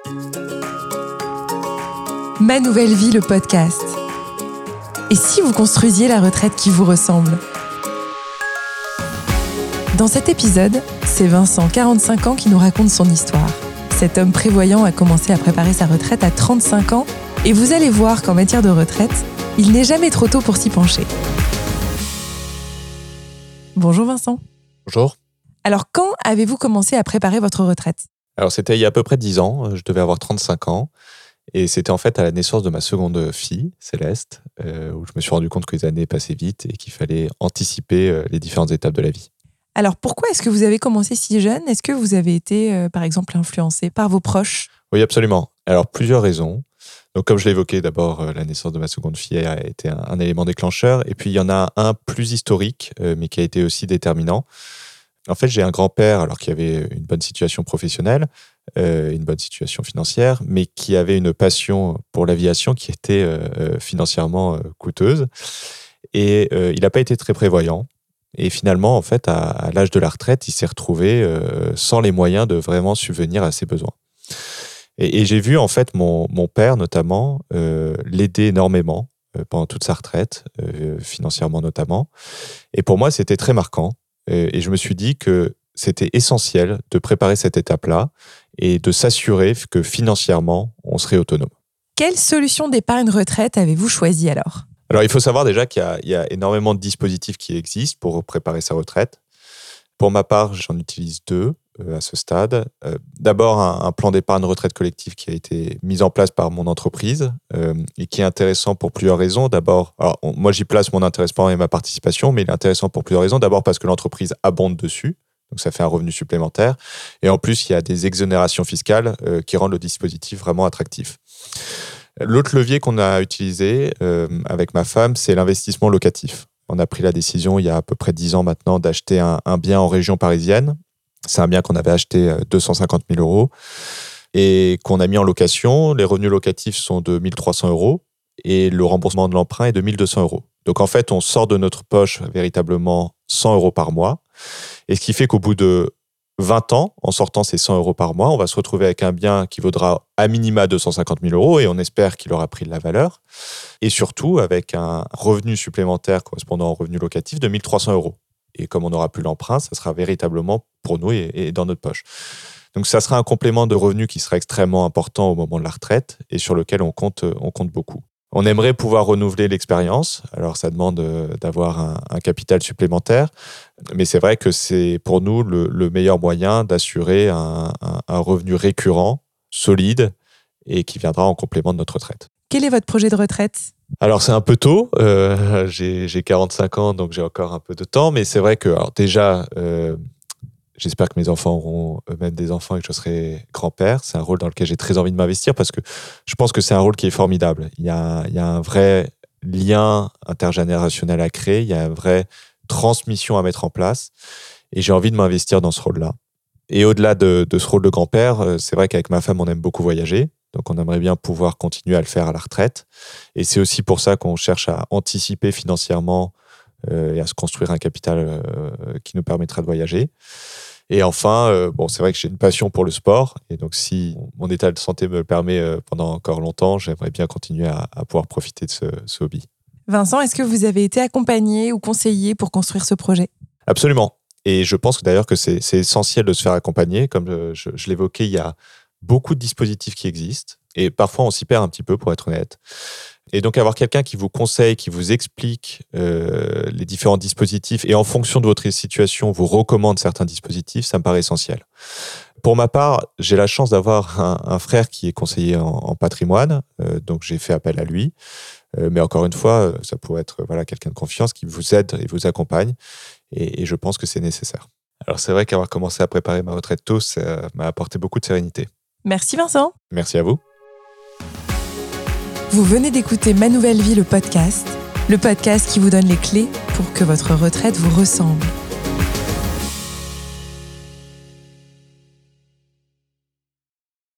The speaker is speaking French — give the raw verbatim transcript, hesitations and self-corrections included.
Ma nouvelle vie, le podcast. Et si vous construisiez la retraite qui vous ressemble ? Dans cet épisode, c'est Vincent, quarante-cinq ans, qui nous raconte son histoire. Cet homme prévoyant a commencé à préparer sa retraite à trente-cinq ans et vous allez voir qu'en matière de retraite, il n'est jamais trop tôt pour s'y pencher. Bonjour Vincent. Bonjour. Alors, quand avez-vous commencé à préparer votre retraite ? Alors, c'était il y a à peu près dix ans, je devais avoir trente-cinq ans, et c'était en fait à la naissance de ma seconde fille, Céleste, euh, où je me suis rendu compte que les années passaient vite et qu'il fallait anticiper euh, les différentes étapes de la vie. Alors, pourquoi est-ce que vous avez commencé si jeune ? Est-ce que vous avez été, euh, par exemple, influencé par vos proches ? Oui, absolument. Alors, plusieurs raisons. Donc, comme je l'ai évoqué, d'abord, euh, la naissance de ma seconde fille a été un, un élément déclencheur, et puis il y en a un plus historique, euh, mais qui a été aussi déterminant. En fait, j'ai un grand-père alors qui avait une bonne situation professionnelle, euh, une bonne situation financière, mais qui avait une passion pour l'aviation qui était euh, financièrement euh, coûteuse. Et euh, il n'a pas été très prévoyant. Et finalement, en fait, à, à l'âge de la retraite, il s'est retrouvé euh, sans les moyens de vraiment subvenir à ses besoins. Et, et j'ai vu en fait mon, mon père notamment euh, l'aider énormément euh, pendant toute sa retraite, euh, financièrement notamment. Et pour moi, c'était très marquant. Et je me suis dit que c'était essentiel de préparer cette étape-là et de s'assurer que financièrement, on serait autonome. Quelle solution d'épargne retraite avez-vous choisi alors ? Alors, il faut savoir déjà qu'il y a, il y a énormément de dispositifs qui existent pour préparer sa retraite. Pour ma part, j'en utilise deux euh, à ce stade. Euh, d'abord, un, un plan d'épargne retraite collective qui a été mis en place par mon entreprise euh, et qui est intéressant pour plusieurs raisons. D'abord, alors, on, moi, j'y place mon intéressement et ma participation, mais il est intéressant pour plusieurs raisons. D'abord, parce que l'entreprise abonde dessus, donc ça fait un revenu supplémentaire. Et en plus, il y a des exonérations fiscales euh, qui rendent le dispositif vraiment attractif. L'autre levier qu'on a utilisé euh, avec ma femme, c'est l'investissement locatif. On a pris la décision, il y a à peu près dix ans maintenant, d'acheter un, un bien en région parisienne. C'est un bien qu'on avait acheté deux cent cinquante mille euros et qu'on a mis en location. Les revenus locatifs sont de mille trois cents euros et le remboursement de l'emprunt est de mille deux cents euros. Donc en fait, on sort de notre poche véritablement cent euros par mois. Et ce qui fait qu'au bout de vingt ans, en sortant ces cent euros par mois, on va se retrouver avec un bien qui vaudra à minima deux cent cinquante mille euros et on espère qu'il aura pris de la valeur. Et surtout avec un revenu supplémentaire correspondant au revenu locatif de mille trois cents euros. Et comme on n'aura plus l'emprunt, ça sera véritablement pour nous et, et dans notre poche. Donc ça sera un complément de revenu qui sera extrêmement important au moment de la retraite et sur lequel on compte, on compte beaucoup. On aimerait pouvoir renouveler l'expérience. Alors, ça demande d'avoir un, un capital supplémentaire. Mais c'est vrai que c'est pour nous le, le meilleur moyen d'assurer un, un, un revenu récurrent, solide et qui viendra en complément de notre retraite. Quel est votre projet de retraite ? Alors, c'est un peu tôt. Euh, j'ai, j'ai quarante-cinq ans, donc j'ai encore un peu de temps. Mais c'est vrai que, alors déjà, euh, j'espère que mes enfants auront eux-mêmes des enfants et que je serai grand-père. C'est un rôle dans lequel j'ai très envie de m'investir parce que je pense que c'est un rôle qui est formidable. Il y a, il y a un vrai lien intergénérationnel à créer, il y a une vraie transmission à mettre en place et j'ai envie de m'investir dans ce rôle-là. Et au-delà de, de ce rôle de grand-père, c'est vrai qu'avec ma femme, on aime beaucoup voyager. Donc, on aimerait bien pouvoir continuer à le faire à la retraite. Et c'est aussi pour ça qu'on cherche à anticiper financièrement euh, et à se construire un capital euh, qui nous permettra de voyager. Et enfin, euh, bon, c'est vrai que j'ai une passion pour le sport. Et donc, si mon état de santé me le permet euh, pendant encore longtemps, j'aimerais bien continuer à, à pouvoir profiter de ce, ce hobby. Vincent, est-ce que vous avez été accompagné ou conseillé pour construire ce projet ? Absolument. Et je pense d'ailleurs que c'est, c'est essentiel de se faire accompagner. Comme je, je l'évoquais, il y a beaucoup de dispositifs qui existent. Et parfois, on s'y perd un petit peu, pour être honnête. Et donc, avoir quelqu'un qui vous conseille, qui vous explique euh, les différents dispositifs et en fonction de votre situation, vous recommande certains dispositifs, ça me paraît essentiel. Pour ma part, j'ai la chance d'avoir un, un frère qui est conseiller en, en patrimoine, euh, donc j'ai fait appel à lui. Euh, mais encore une fois, ça pourrait être voilà, quelqu'un de confiance qui vous aide et vous accompagne. Et, et je pense que c'est nécessaire. Alors, c'est vrai qu'avoir commencé à préparer ma retraite tôt, ça m'a apporté beaucoup de sérénité. Merci Vincent. Merci à vous. Vous venez d'écouter Ma Nouvelle Vie, le podcast, le podcast qui vous donne les clés pour que votre retraite vous ressemble.